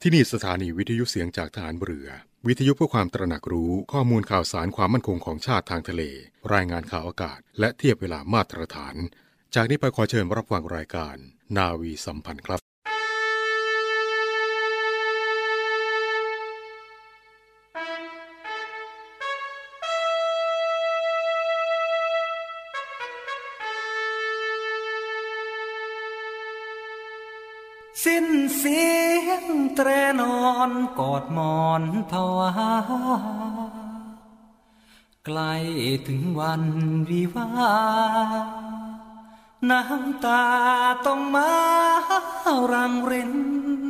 ที่นี่สถานีวิทยุเสียงจากทหารเรือวิทยุเพื่อความตระหนักรู้ข้อมูลข่าวสารความมั่นคงของชาติทางทะเลรายงานข่าวอากาศและเทียบเวลามาตรฐานจากนี้ไปขอเชิญรับฟังรายการนาวีสัมพันธ์ครับสิ้นเสียงแตรนอนกอดหมอนภาวะใกล้ถึงวันวิวาน้ำตาต้องมารังริน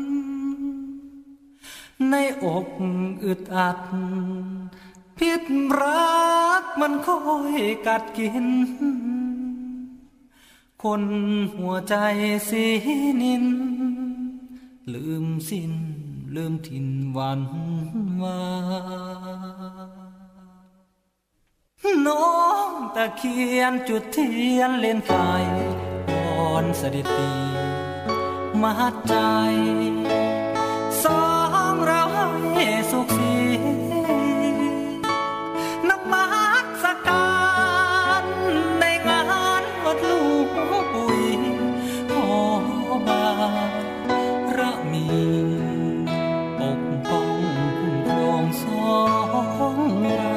ในอกอึดอัดพิษรักมันคอยกัดกินคนหัวใจสีนินลืมสิ้นลืมถิ่นวันวาน้องตะเคียนจุดเทียนเล่นไฟวอนเสด็จตีมัดใจสองเราให้สุขสีนับมัดสการในงานวัดหลวงปู่ขอบารมีปกป้องคุ้มครองสองเรา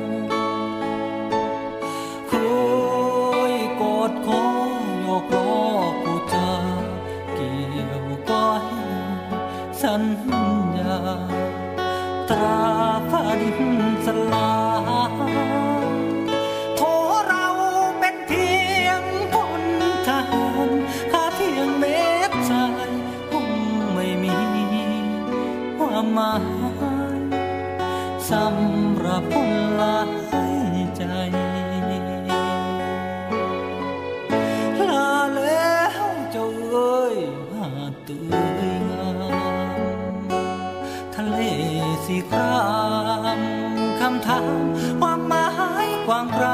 คุยกอดคอยกล้อผู้จาเกี่ยวก้อยสัญญาตราฝันสลายโทเราเป็นเพียงพลทหารข้าเพียงเม็ดทรายคงไม่มีความหมายสำหรับคนหลายใจลาแล้วเจ้าเอ้ยหาดเตยงามทะเลสีครามคำถามความหมายกว้างไกล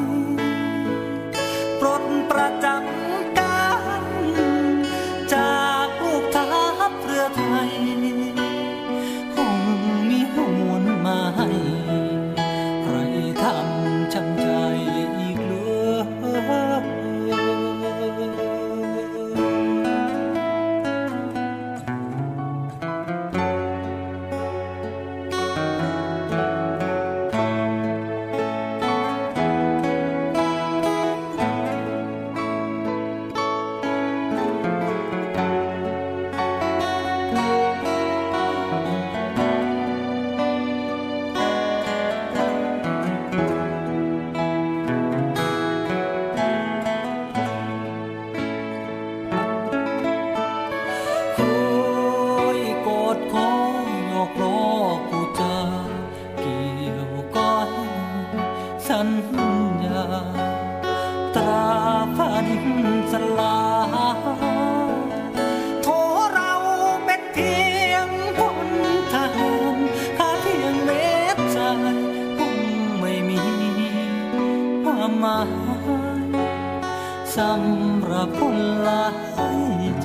ปลดประจำการจากลูกทัพเรือไทยคงมีหวนมาให้ใครทำช้ำใจอีกเลยสัญญาตราฝันสลายโทเราเป็นเพียงพลทหารข้าเพียงเม็ดทรายคงไม่มีความหมายสำหรับคนหลายใจ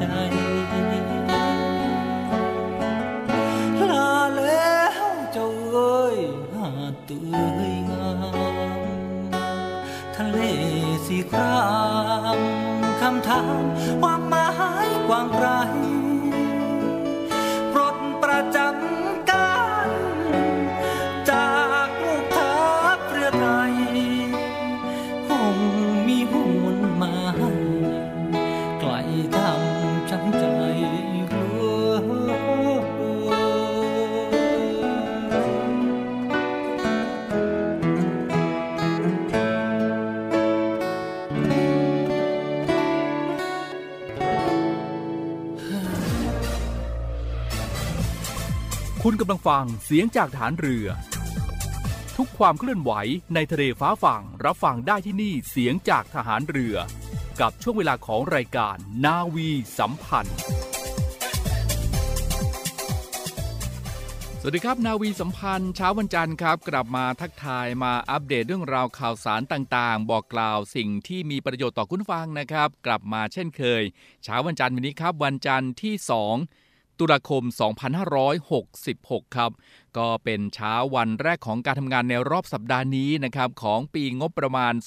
ลาแล้วเจ้าเอ้ยหาดเตยงามทะเลสีครามคำถามความหมายกว้างไกลปลดประจำการจากลูกทัพเรือไทยคงมีหวนมาไกลทำช้ำใจคุณกำลังฟังเสียงจากฐานเรือทุกความเคลื่อนไหวในทะเลฟ้าฝั่งรับฟังได้ที่นี่เสียงจากทหารเรือกับช่วงเวลาของรายการนาวีสัมพันธ์สวัสดีครับนาวีสัมพันธ์เช้าวันจันทร์ครับกลับมาทักทายมาอัปเดตเรื่องราวข่าวสารต่างๆบอกกล่าวสิ่งที่มีประโยชน์ต่อคุณฟังนะครับกลับมาเช่นเคยเช้าวันจันทร์วันนี้ครับวันจันทร์ที่2 ตุลาคม 2566 ครับก็เป็นเช้าวันแรกของการทำงานในรอบสัปดาห์นี้นะครับของปีงบประมาณ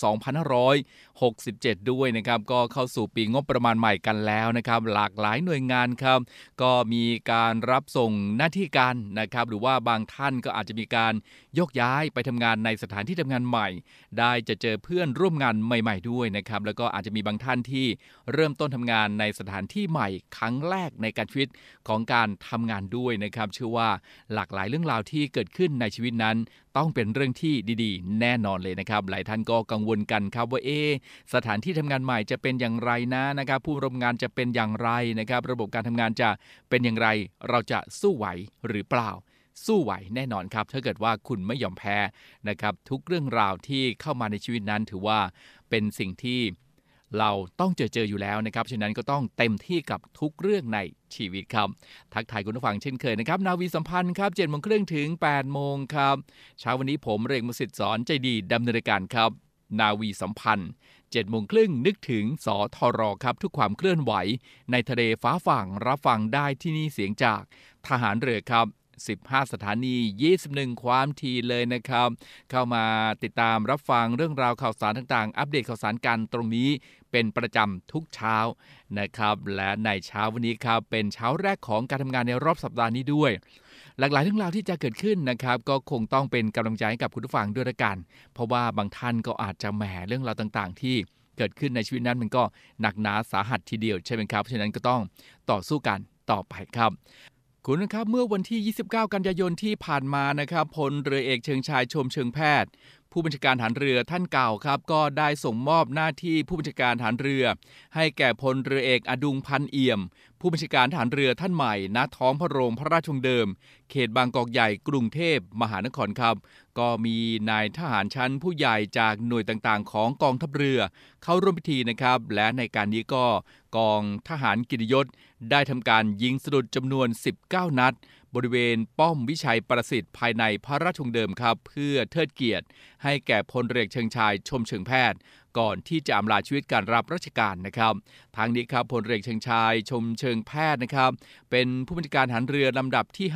2567 ด้วยนะครับก็เข้าสู่ปีงบประมาณใหม่กันแล้วนะครับหลากหลายหน่วยงานครับก็มีการรับส่งหน้าที่การนะครับหรือว่าบางท่านก็อาจจะมีการยกย้ายไปทำงานในสถานที่ทำงานใหม่ได้จะเจอเพื่อนร่วมงานใหม่ๆด้วยนะครับแล้วก็อาจจะมีบางท่านที่เริ่มต้นทำงานในสถานที่ใหม่ครั้งแรกในการชีวิตของการทำงานด้วยนะครับเชื่อว่าหลากหลายเรื่องราวที่เกิดขึ้นในชีวิตนั้นต้องเป็นเรื่องที่ดีๆแน่นอนเลยนะครับหลายท่านก็กังวลกันครับว่าสถานที่ทำงานใหม่จะเป็นอย่างไรนะครับผู้ร่วมงานจะเป็นอย่างไรนะครับระบบการทำงานจะเป็นอย่างไรเราจะสู้ไหวหรือเปล่าสู้ไหวแน่นอนครับถ้าเกิดว่าคุณไม่ยอมแพ้นะครับทุกเรื่องราวที่เข้ามาในชีวิตนั้นถือว่าเป็นสิ่งที่เราต้องเจออยู่แล้วนะครับฉะนั้นก็ต้องเต็มที่กับทุกเรื่องในชีวิตครับทักทายคุณผู้ฟังเช่นเคยนะครับนาวีสัมพันธ์ครับ 7:30 นถึง 8:00 นครับเช้าวันนี้ผมเรกมศิษย์สอนใจดีดำเนินรายการครับนาวีสัมพันธ์ 7:30 นนึกถึงสทรครับทุกความเคลื่อนไหวในทะเลฟ้าฝั่งรับฟังได้ที่นี่เสียงจากทหารเรือครับ15 สถานี 21 ความถี่เลยนะครับเข้ามาติดตามรับฟังเรื่องราวข่าวสารต่างๆอัปเดตข่าวสารกันตรงนี้เป็นประจำทุกเช้านะครับและในเช้าวันนี้ครับเป็นเช้าแรกของการทำงานในรอบสัปดาห์นี้ด้วยหลากหลายเรื่องราวที่จะเกิดขึ้นนะครับก็คงต้องเป็นกำลังใจให้กับคุณผู้ฟังด้วยละกันเพราะว่าบางท่านก็อาจจะแหมเรื่องราวต่างๆที่เกิดขึ้นในชีวิตนั้นมันก็หนักหนาสาหัสทีเดียวใช่ไหมครับเพราะฉะนั้นก็ต้องต่อสู้กันต่อไปครับคุณนะครับเมื่อวันที่ 29 กันยายนที่ผ่านมานะครับพลเรือเอกเชิงชายชมเชิงแพทย์ผู้บัญชาการทหารเรือท่านเก่าครับก็ได้ส่งมอบหน้าที่ผู้บัญชาการทหารเรือให้แก่พลเรือเอกอดุงพันเอี่ยมผู้บัญชาการทหารเรือท่านใหม่ณท้องพระโรงพระราชวังเดิมเขตบางกอกใหญ่กรุงเทพมหานครครับก็มีนายทหารชั้นผู้ใหญ่จากหน่วยต่างๆของกองทัพเรือเข้าร่วมพิธีนะครับและในการนี้ก็กองทหารกิตติยศได้ทำการยิงสลุดจำนวน19 นัดบริเวณป้อมวิชัยประสิทธิ์ภายในพระราชวังเดิมครับเพื่อเทิดเกียรติให้แก่พลเรือเอกเชิงชายชมเชิงแพทย์ก่อนที่จะอำลาชีวิตการรับราชการนะครับทางนี้ครับพลเรือเอกเชิงชายชมเชิงแพทย์นะครับเป็นผู้บัญชาการทหารเรือลำดับที่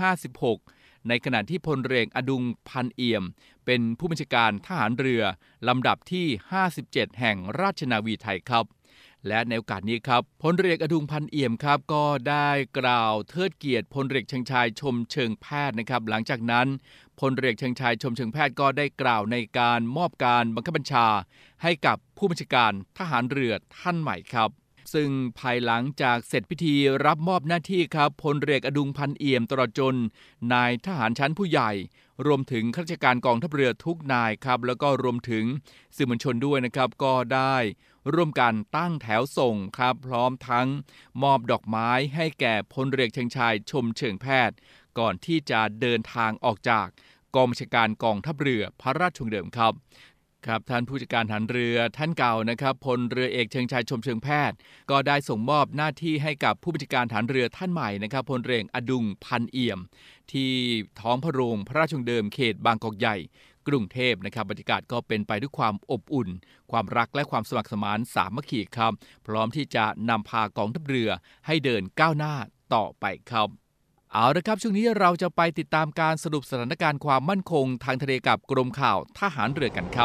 56ในขณะที่พลเรือเอกอดุงพันเอี่ยมเป็นผู้บัญชาการทหารเรือลำดับที่ 57แห่งราชนาวีไทยครับและในโอกาสนี้ครับพลเรือเอกอดุงพันเอี่ยมครับก็ได้กล่าวเทิดเกียรติพลเรือเอกเชิงชายชมเชิงแพทย์นะครับหลังจากนั้นพลเรือเอกเชิงชายชมเชิงแพทย์ก็ได้กล่าวในการมอบการบังคับบัญชาให้กับผู้บัญชาการทหารเรือท่านใหม่ครับซึ่งภายหลังจากเสร็จพิธีรับมอบหน้าที่ครับพลเรือเอกอดุงพันเอี่ยมตลอดจนนายทหารชั้นผู้ใหญ่รวมถึงข้าราชการกองทัพเรือทุกนายครับแล้วก็รวมถึงสื่อมวลชนด้วยนะครับก็ได้ร่วมกันตั้งแถวส่งครับพร้อมทั้งมอบดอกไม้ให้แก่พลเรือเอกเชิงชายชมเชิงแพทย์ก่อนที่จะเดินทางออกจากกองบัญชาการกองทัพเรือพระราชวังเดิมครับท่านผู้จัดการทหารเรือท่านเก่านะครับพลเรือเอกเชิงชายชมเชิงแพทย์ก็ได้ส่งมอบหน้าที่ให้กับผู้บัญชาการทหารเรือท่านใหม่นะครับพลเรือเอกอดุงพันเอี่ยมที่ท้องพระโรงพระราชวังเดิมเขตบางกอกใหญ่กรุงเทพนะครับบรรยากาศก็เป็นไปด้วยความอบอุ่นความรักและความสมัครสมานสามัคคีครับพร้อมที่จะนำพากองทัพเรือให้เดินก้าวหน้าต่อไปครับเอาละครับช่วงนี้เราจะไปติดตามการสรุปสถานการณ์ความมั่นคงทางทะเลกับกรมข่าวทหารเรือกันครับ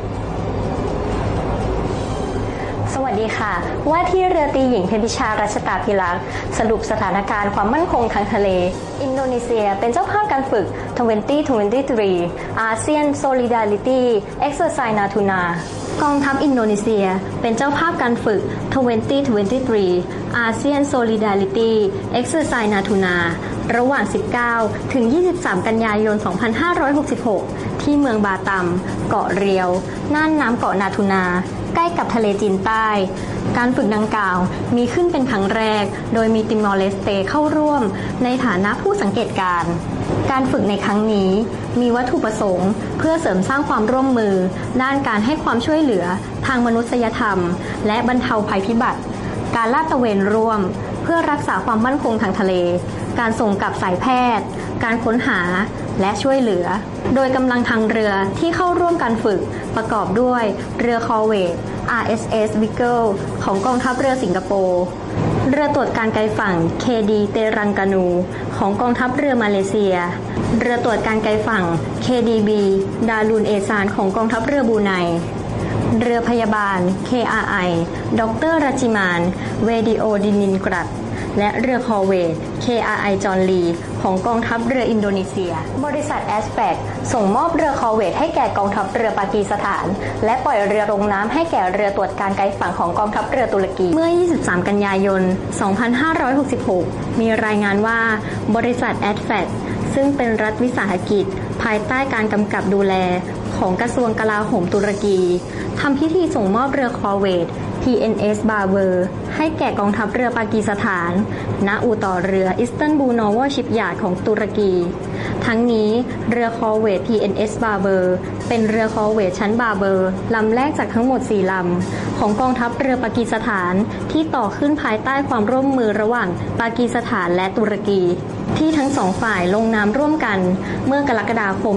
สวัสดีค่ะว่าที่เรือตีหญิงเพ็ญพิชารัชตาภิรักษ์สรุปสถานการณ์ความมั่นคงทางทะเลอินโดนีเซียเป็นเจ้าภาพการฝึก 2023 ASEAN Solidarity Exercise Natuna กองทัพอินโดนีเซียเป็นเจ้าภาพการฝึก 2023 ASEAN Solidarity Exercise Natuna ระหว่าง 19 ถึง 23 กันยายน 2566 ที่เมืองบาตัมเกาะเรียวน่านน้ำเกาะนาทูนาใกล้กับทะเลจีนใต้การฝึกดังกล่าวมีขึ้นเป็นครั้งแรกโดยมีติมอร์เลสเตเข้าร่วมในฐานะผู้สังเกตการณ์การฝึกในครั้งนี้มีวัตถุประสงค์เพื่อเสริมสร้างความร่วมมือด้านการให้ความช่วยเหลือทางมนุษยธรรมและบรรเทาภัยพิบัติการลาดตระเวนร่วมเพื่อรักษาความมั่นคงทางทะเลการส่งกลับสายแพทย์การค้นหาและช่วยเหลือโดยกำลังทางเรือที่เข้าร่วมการฝึกประกอบด้วยเรือคอร์เวท RSS Vickers ของกองทัพเรือสิงคโปร์เรือตรวจการไกลฝั่ง KD เตรังกานูของกองทัพเรือมาเลเซียเรือตรวจการไกลฝั่ง KDB ดารุนเอซานของกองทัพเรือบรูไนเรือพยาบาล KRI ดรรัจิมานเวดิโอดินินกรัตและเรือคอร์เวท KRI จอห์นลีของกองทัพเรืออินโดนีเซียบริษัทแอสแปกส่งมอบเรือคอร์เวทให้แก่กองทัพเรือปากีสถานและปล่อยเรือลงน้ำให้แก่เรือตรวจการไกลฝั่งของกองทัพเรือตุรกีเมื่อ 23 กันยายน 2566 มีรายงานว่าบริษัทแอสแปกซึ่งเป็นรัฐวิสาหกิจภายใต้การกำกับดูแลของกระทรวงกลาโหมตุรกีทำพิธีส่งมอบเรือคอร์เวท PNS Barber ให้แก่กองทัพเรือปากีสถานณอู่ต่อเรืออิสตันบูลนอวอชิปยาร์ดของตุรกีทั้งนี้เรือคอร์เวท PNS Barber เป็นเรือคอร์เวทชั้น Barber ลำแรกจากทั้งหมด4ลำของกองทัพเรือปากีสถานที่ต่อขึ้นภายใต้ความร่วมมือระหว่างปากีสถานและตุรกีที่ทั้งสองฝ่ายลงนามร่วมกันเมื่อกรกฎาคม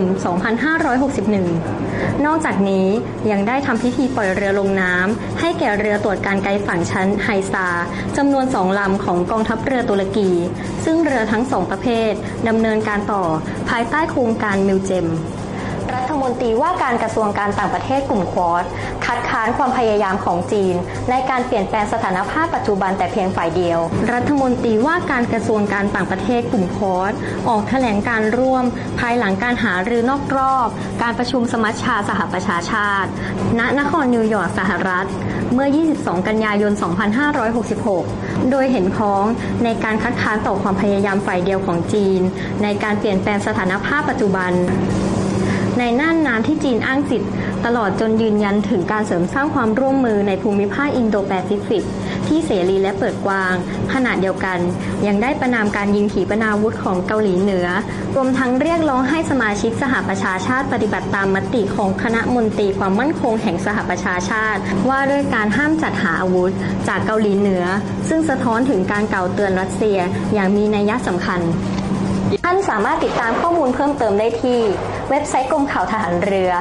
2561 นอกจากนี้ยังได้ทำพิธีปล่อยเรือลงน้ำให้แก่เรือตรวจการไกลฝั่งชั้นไฮซาจำนวน2ลำของกองทัพเรือตุรกีซึ่งเรือทั้ง2ประเภทดำเนินการต่อภายใต้โครงการมิลเจมรัฐมนตรีว่าการกระทรวงการต่างประเทศกลุ่มควอดคัดค้านความพยายามของจีนในการเปลี่ยนแปลงสถานภาพปัจจุบันแต่เพียงฝ่ายเดียวรัฐมนตรีว่าการกระทรวงการต่างประเทศกลุ่มควอดออกแถลงการร่วมภายหลังการหารือนอกรอบการประชุมสมัชชาสหประชาชาติณนครนิวยอร์กสหรัฐเมื่อ 22 กันยายน 2566 โดยเห็นพ้องในการคัดค้านต่อความพยายามฝ่ายเดียวของจีนในการเปลี่ยนแปลงสถานภาพปัจจุบันในน่านน้ำที่จีนอ้างสิทธิ์ตลอดจนยืนยันถึงการเสริมสร้างความร่วมมือในภูมิภาคอินโดแปซิฟิกที่เสรีและเปิดกว้างขณะเดียวกันยังได้ประณามการยิงขีปนาวุธของเกาหลีเหนือรวมทั้งเรียกร้องให้สมาชิกสหประชาชาติปฏิบัติตามมติของคณะมนตรีความมั่นคงแห่งสหประชาชาติว่าด้วยการห้ามจัดหาอาวุธจากเกาหลีเหนือซึ่งสะท้อนถึงการกล่าวเตือนรัสเซียอย่างมีนัยสำคัญท่านสามารถติดตามข้อมูลเพิ่มเติมได้ที่เว็บไซต์กรมข่าวทหารเรือ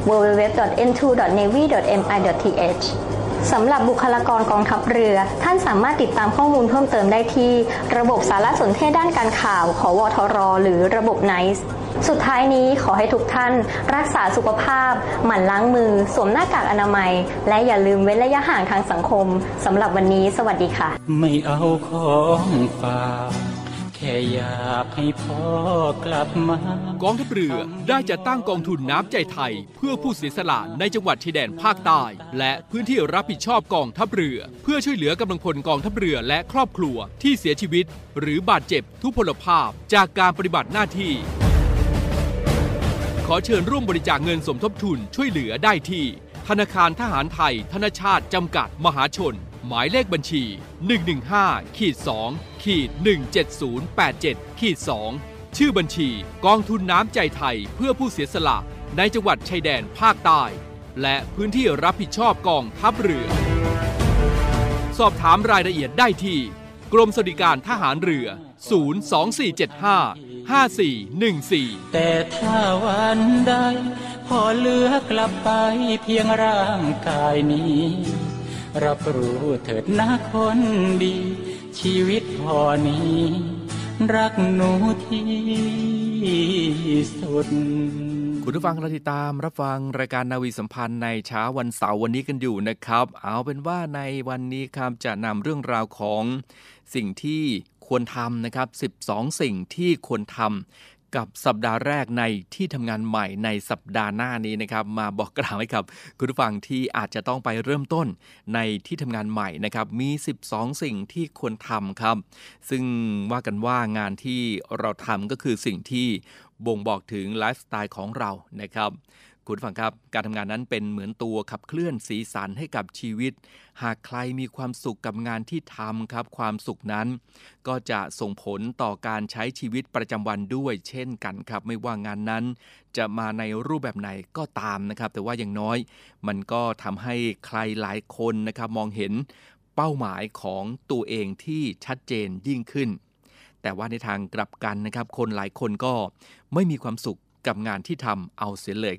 www.n2.navy.mi.th สำหรับบุคลากรกองทัพเรือท่านสามารถติดตามข้อมูลเพิ่มเติมได้ที่ระบบสารสนเทศด้านการข่าวของวทร.หรือระบบ NICE สุดท้ายนี้ขอให้ทุกท่านรักษาสุขภาพหมั่นล้างมือสวมหน้ากากอนามัยและอย่าลืมเว้นระยะห่างทางสังคมสำหรับวันนี้สวัสดีค่ะไม่เอาของฝากแค่อยากให้พ่อกลับมากองทัพเรือได้จัดตั้งกองทุนน้ำใจไทยเพื่อผู้เสียสละในจังหวัดชายแดนภาคใต้และพื้นที่รับผิดชอบกองทัพเรือเพื่อช่วยเหลือกำลังพลกองทัพเรือและครอบครัวที่เสียชีวิตหรือบาดเจ็บทุพพลภาพจากการปฏิบัติหน้าที่ขอเชิญร่วมบริจาคเงินสมทบทุนช่วยเหลือได้ที่ธนาคารทหารไทยธนชาติจำกัดมหาชนหมายเลขบัญชี 115-2-17087-2 ชื่อบัญชีกองทุนน้ำใจไทยเพื่อผู้เสียสละในจังหวัดชายแดนภาคใต้และพื้นที่รับผิดชอบกองทัพเรือสอบถามรายละเอียดได้ที่กรมสวัสดิการทหารเรือ 024755414 แต่ถ้าวันใดพอเหลือกลับไปเพียงร่างกายนี้รับรู้เถิดนะคนดีชีวิตพอนี้รักหนูที่สุดคุณผู้ฟังเราติดตามรับฟังรายการนาวีสัมพันธ์ในเช้าวันเสาร์วันนี้กันอยู่นะครับเอาเป็นว่าในวันนี้ครับจะนำเรื่องราวของสิ่งที่ควรทำนะครับ12สิ่งที่ควรทำกับสัปดาห์แรกในที่ทำงานใหม่ในสัปดาห์หน้านี้นะครับมาบอกกล่าวให้กับคุณผู้ฟังที่อาจจะต้องไปเริ่มต้นในที่ทำงานใหม่นะครับมี12สิ่งที่ควรทำครับซึ่งว่ากันว่างานที่เราทำก็คือสิ่งที่บ่งบอกถึงไลฟ์สไตล์ของเรานะครับคุณผู้ฟังครับการทำงานนั้นเป็นเหมือนตัวขับเคลื่อนสีสันให้กับชีวิตหากใครมีความสุขกับงานที่ทำครับความสุขนั้นก็จะส่งผลต่อการใช้ชีวิตประจำวันด้วยเช่นกันครับไม่ว่างานนั้นจะมาในรูปแบบไหนก็ตามนะครับแต่ว่าอย่างน้อยมันก็ทำให้ใครหลายคนนะครับมองเห็นเป้าหมายของตัวเองที่ชัดเจนยิ่งขึ้นแต่ว่าในทางกลับกันนะครับคนหลายคนก็ไม่มีความสุขกับงานที่ทำเอาเสียเลยครับ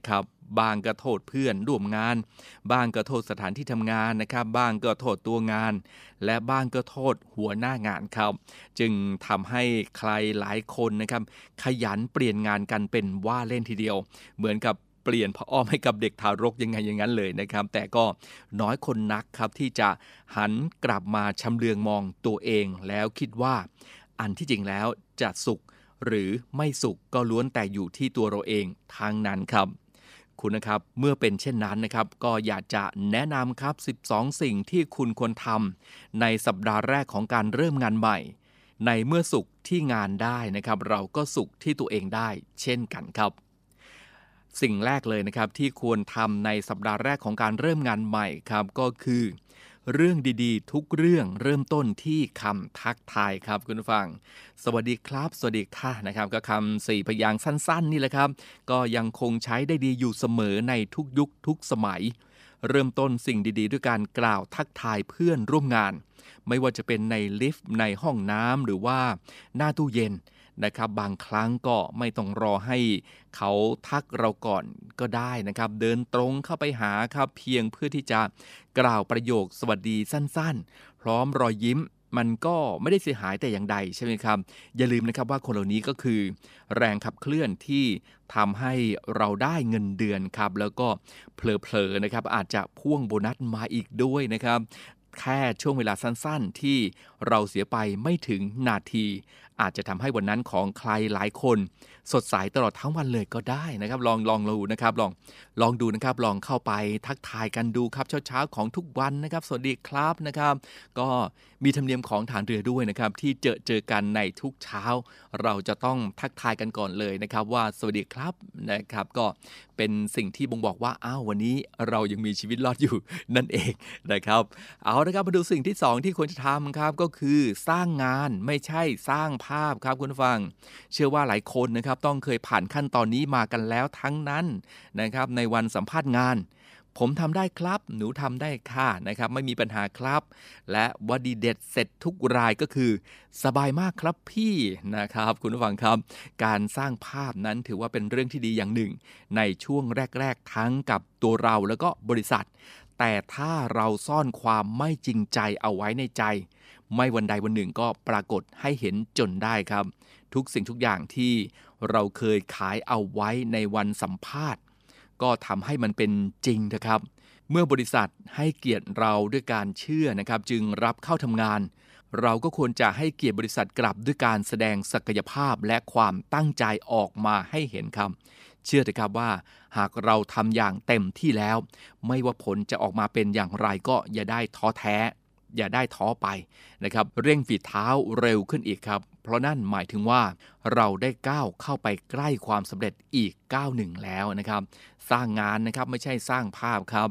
บ้างก็โทษเพื่อนร่วมงานบ้างก็โทษสถานที่ทำงานนะครับบ้างก็โทษตัวงานและบ้างก็โทษหัวหน้างานครับจึงทำให้ใครหลายคนนะครับขยันเปลี่ยนงานกันเป็นว่าเล่นทีเดียวเหมือนกับเปลี่ยนผ้าอ้อมให้กับเด็กทารกยังไงอย่างนั้นเลยนะครับแต่ก็น้อยคนนักครับที่จะหันกลับมาชำเลืองมองตัวเองแล้วคิดว่าอันที่จริงแล้วจะสุขหรือไม่สุขก็ล้วนแต่อยู่ที่ตัวเราเองทางนั้นครับคุณนะครับเมื่อเป็นเช่นนั้นนะครับก็อยากจะแนะนำครับ12สิ่งที่คุณควรทำในสัปดาห์แรกของการเริ่มงานใหม่ในเมื่อสุขที่งานได้นะครับเราก็สุขที่ตัวเองได้เช่นกันครับสิ่งแรกเลยนะครับที่ควรทำในสัปดาห์แรกของการเริ่มงานใหม่ครับก็คือเรื่องดีๆทุกเรื่องเริ่มต้นที่คำทักทายครับคุณผู้ฟังสวัสดีครับสวัสดีค่ะนะครับก็คำ4พยางค์สั้นๆนี่แหละครับก็ยังคงใช้ได้ดีอยู่เสมอในทุกยุคทุกสมัยเริ่มต้นสิ่งดีๆด้วยการกล่าวทักทายเพื่อนร่วมงานไม่ว่าจะเป็นในลิฟต์ในห้องน้ำหรือว่าหน้าตู้เย็นนะครับบางครั้งก็ไม่ต้องรอให้เขาทักเราก่อนก็ได้นะครับเดินตรงเข้าไปหาครับเพียงเพื่อที่จะกล่าวประโยคสวัสดีสั้นๆพร้อมรอยยิ้มมันก็ไม่ได้เสียหายแต่อย่างใดใช่ไหมครับอย่าลืมนะครับว่าคนเหล่านี้ก็คือแรงขับเคลื่อนที่ทำให้เราได้เงินเดือนครับแล้วก็เผลอๆนะครับอาจจะพ่วงโบนัสมาอีกด้วยนะครับแค่ช่วงเวลาสั้นๆที่เราเสียไปไม่ถึงนาทีอาจจะทำให้วันนั้นของใครหลายคนสดใสตลอดทั้งวันเลยก็ได้นะครับลองดูนะครับลองดูนะครับลองเข้าไปทักทายกันดูครับเช้าของทุกวันนะครับสวัสดีครับนะครับก็มีธรรมเนียมของฐานเรือด้วยนะครับที่เจอกันในทุกเช้าเราจะต้องทักทายกันก่อนเลยนะครับว่าสวัสดีครับนะครับก็เป็นสิ่งที่บ่งบอกว่าวันนี้เรายังมีชีวิตรอดอยู่นั่นเองนะครับเอาละครับมาดูสิ่งที่2ที่ควรจะทำครับก็คือสร้างงานไม่ใช่สร้างภาพครับคุณผู้ฟังเชื่อว่าหลายคนนะครับต้องเคยผ่านขั้นตอนนี้มากันแล้วทั้งนั้นนะครับในวันสัมภาษณ์งานผมทำได้ครับหนูทำได้ค่ะนะครับไม่มีปัญหาครับและวลีเด็ดเสร็จทุกรายก็คือสบายมากครับพี่นะครับคุณผู้ฟังครับการสร้างภาพนั้นถือว่าเป็นเรื่องที่ดีอย่างหนึ่งในช่วงแรกๆทั้งกับตัวเราแล้วก็บริษัทแต่ถ้าเราซ่อนความไม่จริงใจเอาไว้ในใจไม่วันใดวันหนึ่งก็ปรากฏให้เห็นจนได้ครับทุกสิ่งทุกอย่างที่เราเคยขายเอาไว้ในวันสัมภาษณ์ก็ทำให้มันเป็นจริงนะครับเมื่อบริษัทให้เกียรติเราด้วยการเชื่อนะครับจึงรับเข้าทำงานเราก็ควรจะให้เกียรติบริษัทกลับด้วยการแสดงศักยภาพและความตั้งใจออกมาให้เห็นครับเชื่อเถอะครับว่าหากเราทำอย่างเต็มที่แล้วไม่ว่าผลจะออกมาเป็นอย่างไรก็อย่าได้ท้อแท้อย่าได้ท้อไปนะครับเร่งฝีเท้าเร็วขึ้นอีกครับเพราะนั่นหมายถึงว่าเราได้ก้าวเข้าไปใกล้ความสำเร็จอีกก้าวหนึ่งแล้วนะครับสร้างงานนะครับไม่ใช่สร้างภาพครับ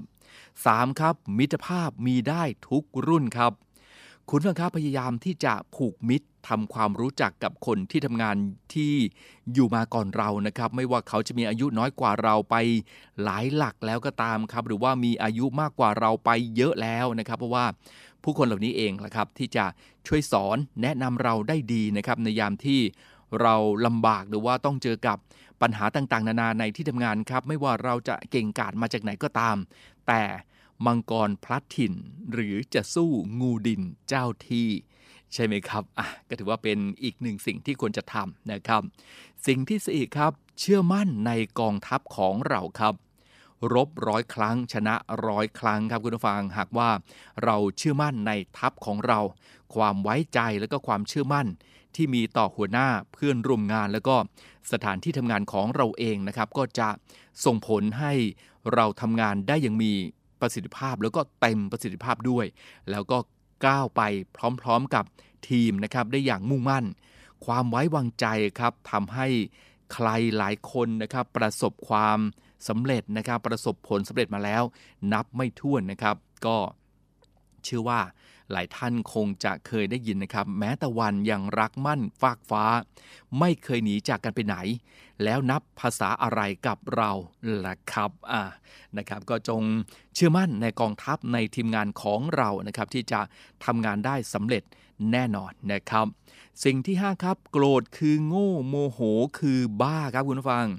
3ครับมิตรภาพมีได้ทุกรุ่นครับคุณผู้ฟังพยายามที่จะผูกมิตรทำความรู้จักกับคนที่ทำงานที่อยู่มาก่อนเรานะครับไม่ว่าเขาจะมีอายุน้อยกว่าเราไปหลายหลักแล้วก็ตามครับหรือว่ามีอายุมากกว่าเราไปเยอะแล้วนะครับเพราะว่าผู้คนเหล่านี้เองแหละครับที่จะช่วยสอนแนะนำเราได้ดีนะครับในยามที่เราลำบากหรือว่าต้องเจอกับปัญหาต่างๆนานาในที่ทำงานครับไม่ว่าเราจะเก่งกาจมาจากไหนก็ตามแต่มังกรพลัดถิ่นหรือจะสู้งูดินเจ้าที่ใช่ไหมครับก็ถือว่าเป็นอีกหนึ่งสิ่งที่ควรจะทำนะครับสิ่งที่4ครับเชื่อมั่นในกองทัพของเราครับรบ100 ครั้งชนะ100 ครั้งครับคุณผู้ฟังหากว่าเราเชื่อมั่นในทัพของเราความไว้ใจและก็ความเชื่อมั่นที่มีต่อหัวหน้าเพื่อนร่วมงานแล้วก็สถานที่ทำงานของเราเองนะครับก็จะส่งผลให้เราทำงานได้อย่างมีประสิทธิภาพแล้วก็เต็มประสิทธิภาพด้วยแล้วก็ก้าวไปพร้อมๆกับทีมนะครับได้อย่างมุ่งมั่นความไว้วางใจครับทำให้ใครหลายคนนะครับประสบความสำเร็จนะครับประสบผลสำเร็จมาแล้วนับไม่ถ้วนนะครับก็เชื่อว่าหลายท่านคงจะเคยได้ยินนะครับแม้แต่วันยังรักมั่นฟากฟ้าไม่เคยหนีจากกันไปไหนแล้วนับภาษาอะไรกับเราล่ะครับนะครับก็จงเชื่อมั่นในกองทัพในทีมงานของเรานะครับที่จะทำงานได้สำเร็จแน่นอนนะครับสิ่งที่5ครับโกรธคือโง่โมโหคือบ้าครับคุณผู้ฟัง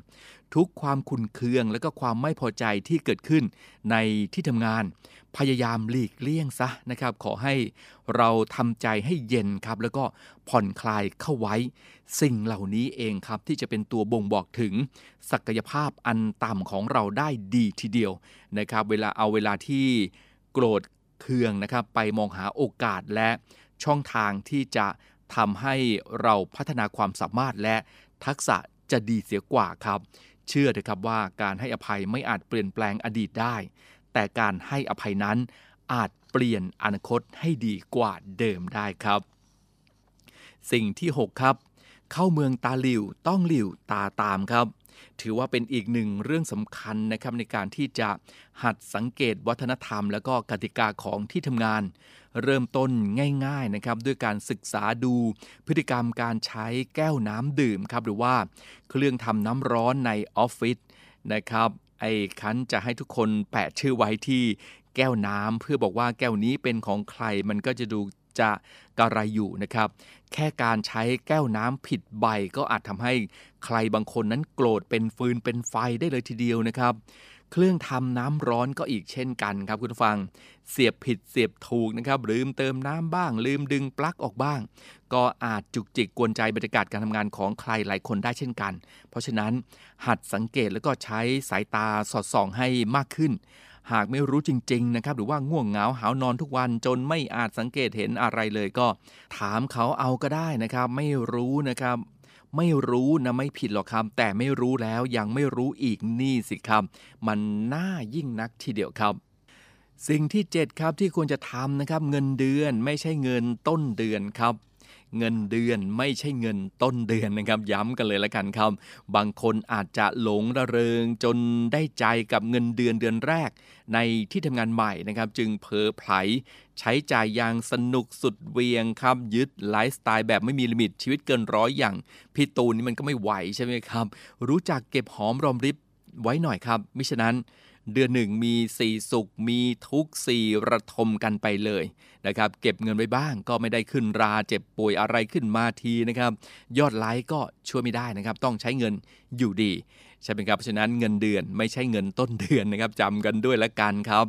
ทุกความขุ่นเคืองและก็ความไม่พอใจที่เกิดขึ้นในที่ทำงานพยายามหลีกเลี่ยงซะนะครับขอให้เราทำใจให้เย็นครับแล้วก็ผ่อนคลายเข้าไว้สิ่งเหล่านี้เองครับที่จะเป็นตัวบ่งบอกถึงศักยภาพอันต่ำของเราได้ดีทีเดียวนะครับเวลาที่โกรธเคืองนะครับไปมองหาโอกาสและช่องทางที่จะทำให้เราพัฒนาความสามารถและทักษะจะดีเสียกว่าครับเชื่อเถอะครับว่าการให้อภัยไม่อาจเปลี่ยนแปลงอดีตได้แต่การให้อภัยนั้นอาจเปลี่ยนอนาคตให้ดีกว่าเดิมได้ครับสิ่งที่6ครับเข้าเมืองตาหลิวต้องหลิวตาตามครับถือว่าเป็นอีกหนึ่งเรื่องสำคัญนะครับในการที่จะหัดสังเกตวัฒนธรรมและก็กติกาของที่ทำงานเริ่มต้นง่ายๆนะครับด้วยการศึกษาดูพฤติกรรมการใช้แก้วน้ำดื่มครับหรือว่าเครื่องทำน้ำร้อนในออฟฟิศนะครับคันจะให้ทุกคนแปะชื่อไว้ที่แก้วน้ำเพื่อบอกว่าแก้วนี้เป็นของใครมันก็จะดูจะกระไรอยู่นะครับแค่การใช้แก้วน้ำผิดใบก็อาจทำให้ใครบางคนนั้นโกรธเป็นฟืนเป็นไฟได้เลยทีเดียวนะครับเครื่องทำน้ำร้อนก็อีกเช่นกันครับคุณผู้ฟังเสียบผิดเสียบถูกนะครับลืมเติมน้ำบ้างลืมดึงปลั๊กออกบ้างก็อาจจุกจิกกวนใจบรรยากาศการทำงานของใครหลายคนได้เช่นกันเพราะฉะนั้นหัดสังเกตแล้วก็ใช้สายตาสอดส่องให้มากขึ้นหากไม่รู้จริงๆนะครับหรือว่าง่วงเหงาหาวนอนทุกวันจนไม่อาจสังเกตเห็นอะไรเลยก็ถามเขาเอาก็ได้นะครับไม่รู้นะครับไม่รู้นะไม่ผิดหรอกครับแต่ไม่รู้แล้วยังไม่รู้อีกนี่สิครับมันน่ายิ่งนักทีเดียวครับสิ่งที่7ครับที่ควรจะทำนะครับเงินเดือนไม่ใช่เงินต้นเดือนครับเงินเดือนไม่ใช่เงินต้นเดือนนะครับย้ำกันเลยละกันครับบางคนอาจจะหลงระเริงจนได้ใจกับเงินเดือนแรกในที่ทำงานใหม่นะครับจึงเผลอไผลใช้จ่ายอย่างสนุกสุดเวียงครับยึดไลฟ์สไตล์แบบไม่มีลิมิตชีวิตเกินร้อยอย่างพี่ตูนนี่มันก็ไม่ไหวใช่ไหมครับรู้จักเก็บหอมรอมริบไว้หน่อยครับมิฉะนั้นเดือนหนึ่งมี4สุขมีทุก4ระทมกันไปเลยนะครับเก็บเงินไว้บ้างก็ไม่ได้ขึ้นราเจ็บป่วยอะไรขึ้นมาทีนะครับยอดไลค์ก็ช่วยไม่ได้นะครับต้องใช้เงินอยู่ดีใช่ไหมครับเพราะฉะนั้นเงินเดือนไม่ใช่เงินต้นเดือนนะครับจำกันด้วยละกันครับ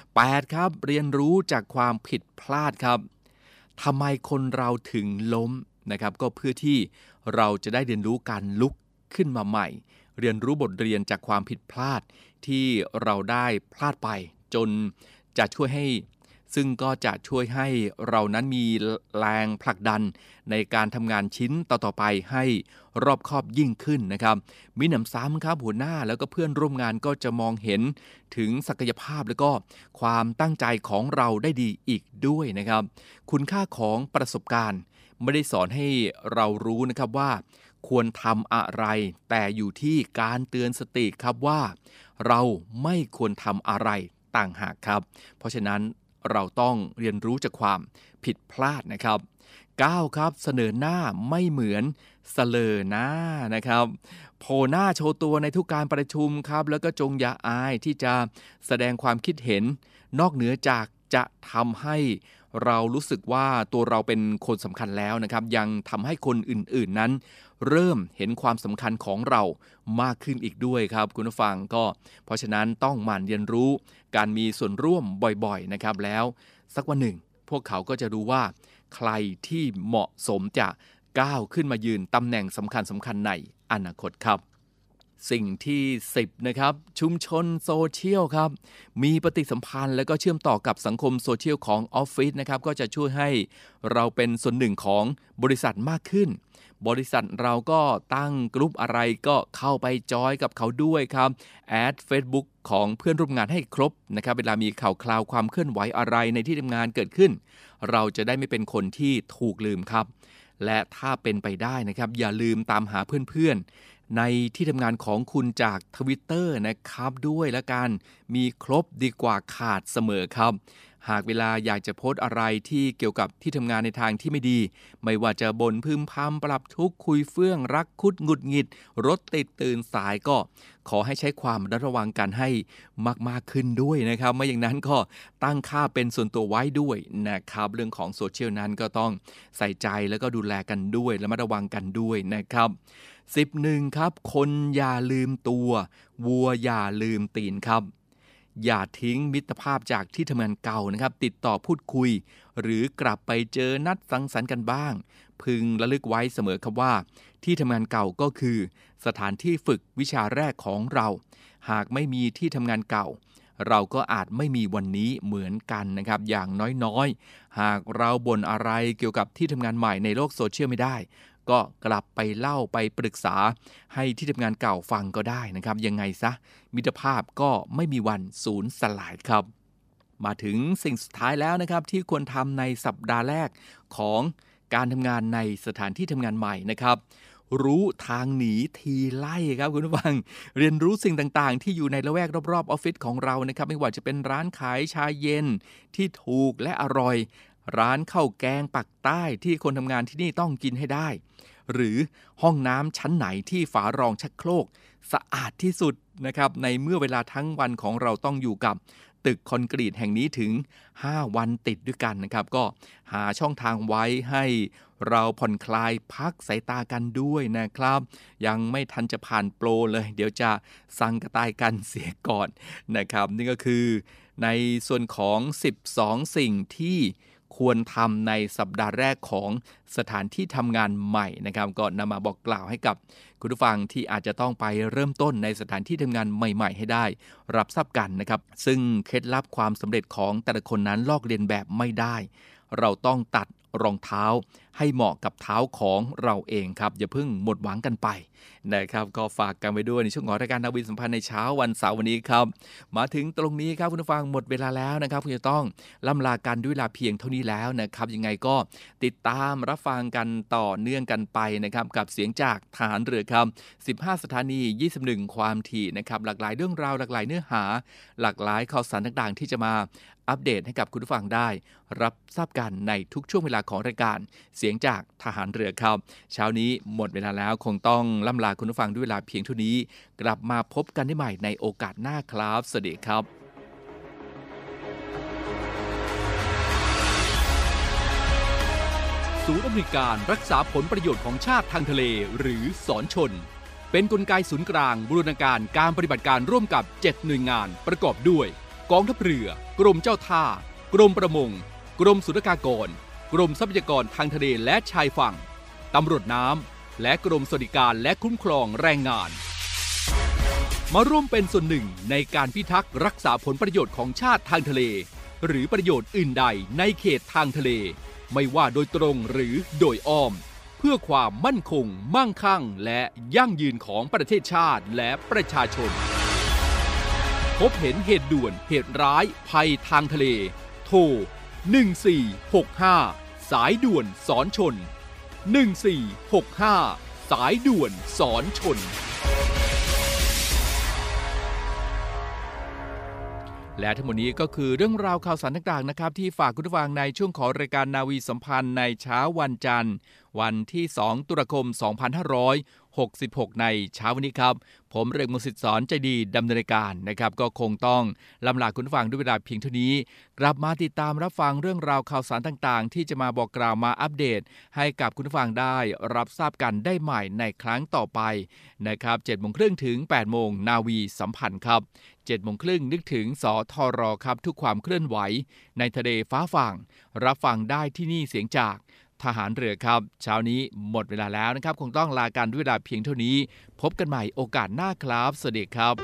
8ครับเรียนรู้จากความผิดพลาดครับทำไมคนเราถึงล้มนะครับก็เพื่อที่เราจะได้เรียนรู้การลุกขึ้นมาใหม่เรียนรู้บทเรียนจากความผิดพลาดที่เราได้พลาดไปจนจะช่วยให้ซึ่งก็จะช่วยให้เรานั้นมีแรงผลักดันในการทำงานชิ้นต่อๆไปให้รอบคอบยิ่งขึ้นนะครับมีหนำซ้ำครับหัวหน้าแล้วก็เพื่อนร่วมงานก็จะมองเห็นถึงศักยภาพแล้วก็ความตั้งใจของเราได้ดีอีกด้วยนะครับคุณค่าของประสบการณ์ไม่ได้สอนให้เรารู้นะครับว่าควรทำอะไรแต่อยู่ที่การเตือนสติครับว่าเราไม่ควรทำอะไรต่างหากครับเพราะฉะนั้นเราต้องเรียนรู้จากความผิดพลาดนะครับ9ครับเสนอหน้าไม่เหมือนเสลอหน้านะครับโผล่หน้าโชว์ตัวในทุกการประชุมครับแล้วก็จงอย่าอายที่จะแสดงความคิดเห็นนอกเหนือจากจะทำให้เรารู้สึกว่าตัวเราเป็นคนสำคัญแล้วนะครับยังทำให้คนอื่นๆนั้นเริ่มเห็นความสำคัญของเรามากขึ้นอีกด้วยครับคุณผู้ฟังก็เพราะฉะนั้นต้องหมั่นเรียนรู้การมีส่วนร่วมบ่อยๆนะครับแล้วสักวันหนึ่งพวกเขาก็จะรู้ว่าใครที่เหมาะสมจะก้าวขึ้นมายืนตำแหน่งสำคัญในอนาคตครับสิ่งที่10นะครับชุมชนโซเชียลครับมีปฏิสัมพันธ์และก็เชื่อมต่อกับสังคมโซเชียลของออฟฟิศนะครับก็จะช่วยให้เราเป็นส่วนหนึ่งของบริษัทมากขึ้นบริษัทเราก็ตั้งกลุ่มอะไรก็เข้าไปจอยกับเขาด้วยครับแอด Facebook ของเพื่อนร่วมงานให้ครบนะครับเวลามีข่าวคราวความเคลื่อนไหวอะไรในที่ทำงานเกิดขึ้นเราจะได้ไม่เป็นคนที่ถูกลืมครับและถ้าเป็นไปได้นะครับอย่าลืมตามหาเพื่อนๆในที่ทำงานของคุณจาก Twitter นะครับด้วยละกันมีครบดีกว่าขาดเสมอครับหากเวลาอยากจะโพสต์อะไรที่เกี่ยวกับที่ทำงานในทางที่ไม่ดีไม่ว่าจะบ่นพึมพำปรับทุกข์คุยเฟื่องรักคุดหงุดหงิดรถติดตื่นสายก็ขอให้ใช้ความระวังกันให้มากๆขึ้นด้วยนะครับไม่อย่างนั้นก็ตั้งค่าเป็นส่วนตัวไว้ด้วยนะครับเรื่องของโซเชียลนั้นก็ต้องใส่ใจแล้วก็ดูแลกันด้วยและระมัดระวังกันด้วยนะครับ 11ครับคนอย่าลืมตัววัวอย่าลืมตีนครับอย่าทิ้งมิตรภาพจากที่ทำงานเก่านะครับติดต่อพูดคุยหรือกลับไปเจอนัดสังสรรค์กันบ้างพึงระลึกไว้เสมอครับว่าที่ทำงานเก่าก็คือสถานที่ฝึกวิชาแรกของเราหากไม่มีที่ทำงานเก่าเราก็อาจไม่มีวันนี้เหมือนกันนะครับอย่างน้อยๆหากเราบ่นอะไรเกี่ยวกับที่ทำงานใหม่ในโลกโซเชียลไม่ได้ก็กลับไปเล่าไปปรึกษาให้ที่ทำงานเก่าฟังก็ได้นะครับยังไงซะมิตรภาพก็ไม่มีวันสูญสลายครับมาถึงสิ่งสุดท้ายแล้วนะครับที่ควรทำในสัปดาห์แรกของการทำงานในสถานที่ทำงานใหม่นะครับรู้ทางหนีทีไล่ครับคุณผู้ฟังเรียนรู้สิ่งต่างๆที่อยู่ในละแวกรอบๆออฟฟิศของเรานะครับไม่ว่าจะเป็นร้านขายชาเย็นที่ถูกและอร่อยร้านข้าวแกงปักใต้ที่คนทำงานที่นี่ต้องกินให้ได้หรือห้องน้ำชั้นไหนที่ฝารองชักโครกสะอาดที่สุดนะครับในเมื่อเวลาทั้งวันของเราต้องอยู่กับตึกคอนกรีตแห่งนี้ถึง5วันติดด้วยกันนะครับก็หาช่องทางไว้ให้เราผ่อนคลายพักสายตากันด้วยนะครับยังไม่ทันจะผ่านโปรเลยเดี๋ยวจะสั่งกระต่ายกันเสียก่อนนะครับนี่ก็คือในส่วนของ12สิ่งที่ควรทำในสัปดาห์แรกของสถานที่ทำงานใหม่นะครับก็นำมาบอกกล่าวให้กับคุณผู้ฟังที่อาจจะต้องไปเริ่มต้นในสถานที่ทำงานใหม่ๆให้ได้รับทราบกันนะครับซึ่งเคล็ดลับความสำเร็จของแต่ละคนนั้นลอกเลียนแบบไม่ได้เราต้องตัดรองเท้าให้เหมาะกับเท้าของเราเองครับอย่าเพิ่งหมดหวังกันไปนะครับก็ฝากกันไว้ด้วยในช่วงของรายการนาวีสัมพันธ์ในเช้าวันเสาร์วันนี้ครับมาถึงตรงนี้ครับคุณผู้ฟังหมดเวลาแล้วนะครับคุณจะต้องล่ำลากันด้วยเวลาเพียงเท่านี้แล้วนะครับยังไงก็ติดตามรับฟังกันต่อเนื่องกันไปนะครับกับเสียงจากทหารเรือครับ15สถานี21ความถี่นะครับหลากหลายเรื่องราวหลากหลายเนื้อหาหลากหลายข่าวสารต่างๆที่จะมาอัปเดตให้กับคุณผู้ฟังได้รับทราบกันในทุกช่วงเวลาของรายการเสียงจากทหารเรือครับเช้านี้หมดเวลาแล้วคงต้องล่ำลาคุณผู้ฟังด้วยเวลาเพียงเท่านี้กลับมาพบกันได้ใหม่ในโอกาสหน้าครับสวัสดีครับศูนย์อำนวยการรักษาผลประโยชน์ของชาติทางทะเลหรือศรชนเป็นกลไกศูนย์กลางบูรณาการการปฏิบัติการร่วมกับ7หน่วยงานประกอบด้วยกองทัพเรือกรมเจ้าท่ากรมประมงกรมศุลกากรกรมทรัพยากรทางทะเลและชายฝั่งตำรวจน้ำและกรมสวัสดิการและคุ้มครองแรงงานมาร่วมเป็นส่วนหนึ่งในการพิทักษ์รักษาผลประโยชน์ของชาติทางทะเลหรือประโยชน์อื่นใดในเขตทางทะเลไม่ว่าโดยตรงหรือโดยอ้อมเพื่อความมั่นคงมั่งคั่งและยั่งยืนของประเทศชาติและประชาชนพบเห็นเหตุด่วนเหตุร้ายภัยทางทะเลโทร1465สายด่วนสอนชน1465สายด่วนสอนชนและทั้งหมดนี้ก็คือเรื่องราวข่าวสารต่างๆนะครับที่ฝากคุณผู้ฟังในช่วงของรายการนาวีสัมพันธ์ในเช้าวันจันทร์วันที่2ตุลาคม2566ในเช้าวันนี้ครับผมเริงมงสิทธิ์สอนใจดีดำเนินรายการนะครับก็คงต้องลำลาคุณผู้ฟังด้วยเวลาเพียงเท่านี้กลับมาติดตามรับฟังเรื่องราวข่าวสารต่างๆที่จะมาบอกกล่าวมาอัปเดตให้กับคุณผู้ฟังได้รับทราบกันได้ใหม่ในครั้งต่อไปนะครับ 7:30 นถึง 8:00 นนาวีสัมพันธ์ครับ 7:30 นนึกถึงสทรครับทุกความเคลื่อนไหวในทะเลฟ้าฝั่งรับฟังได้ที่นี่เสียงจากทหารเรือครับเช้านี้หมดเวลาแล้วนะครับคงต้องลากันด้วยเวลาเพียงเท่านี้พบกันใหม่โอกาสหน้าครับสวัสดีครับ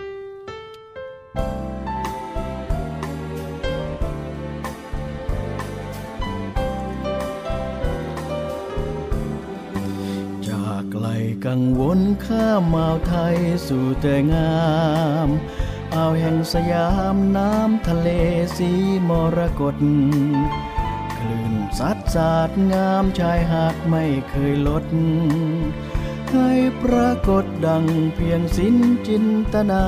จากไกลกังวลข้ามอ่าวไทยสู่แต่งามอ่าวแห่งสยามน้ำทะเลสีมรกตคลื่นซัดสาดงามชายหาดไม่เคยลดให้ปรากฏดังเพียงสิ้นจินตนา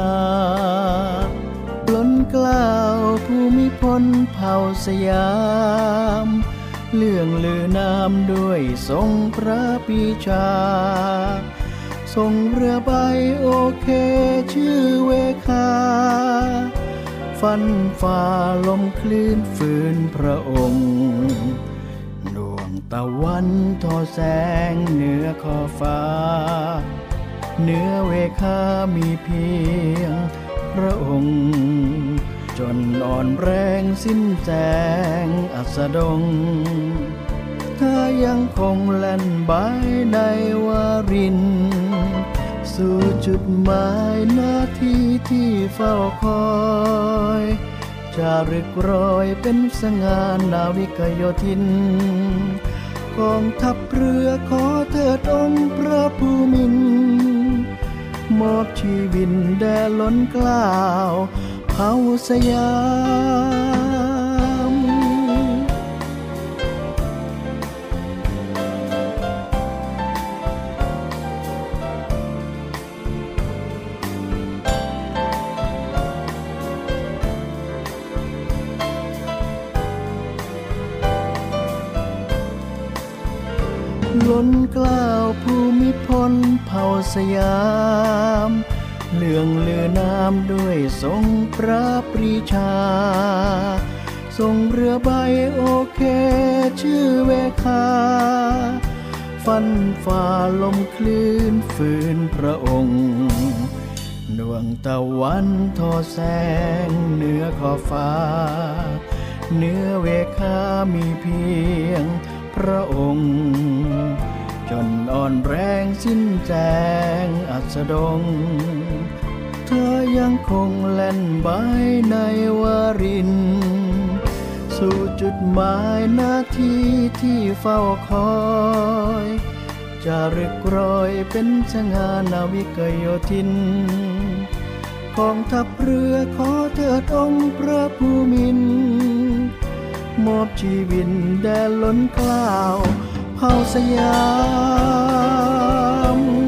ล้นเกล้าวภูมิพลเผ่าสยามเลื่องลือนามด้วยทรงพระปีชาทรงเรือใบโอเคชื่อเวคาฟันฝ่าลมคลื่นฝืนพระองค์ดวงตะวันทอแสงเหนือขอบฟ้าเหนือเวคามีเพียงพระองค์จนอ่อนแรงสิ้นแสงอัสดงถ้ายังคงแล่นบายในวารินสู่จุดหมายหน้าที่ที่เฝ้าคอยจารึกรอยเป็นสง่านาวิกโยธินกองทัพเรือขอเถิดองค์พระภูมินทร์มอบชีวิตแด่ล้นเกล้าเผ่าสยามล้นเกล้าภูมิพลเผ่าสยามเลื่องลือน้ำด้วยทรงพระปรีชาทรงเรือใบโอเคชื่อเวคาฟันฝ่าลมคลื่นฝืนพระองค์ดวงตะวันทอแสงเหนือขอบฟ้าเหนือเวคามีเพียงพระองค์จนอ่อนแรงสิ้นแสงอัสดงเธอยังคงแล่นบายในวารินสู่จุดหมายหน้าที่ที่เฝ้าคอยจารึกรอยเป็นสง่านาวิกโยธินกองทัพเรือขอเถิดองค์พระภูมินทร์มอบชีวิตแด่ล้นเกล้าเผ่าสยาม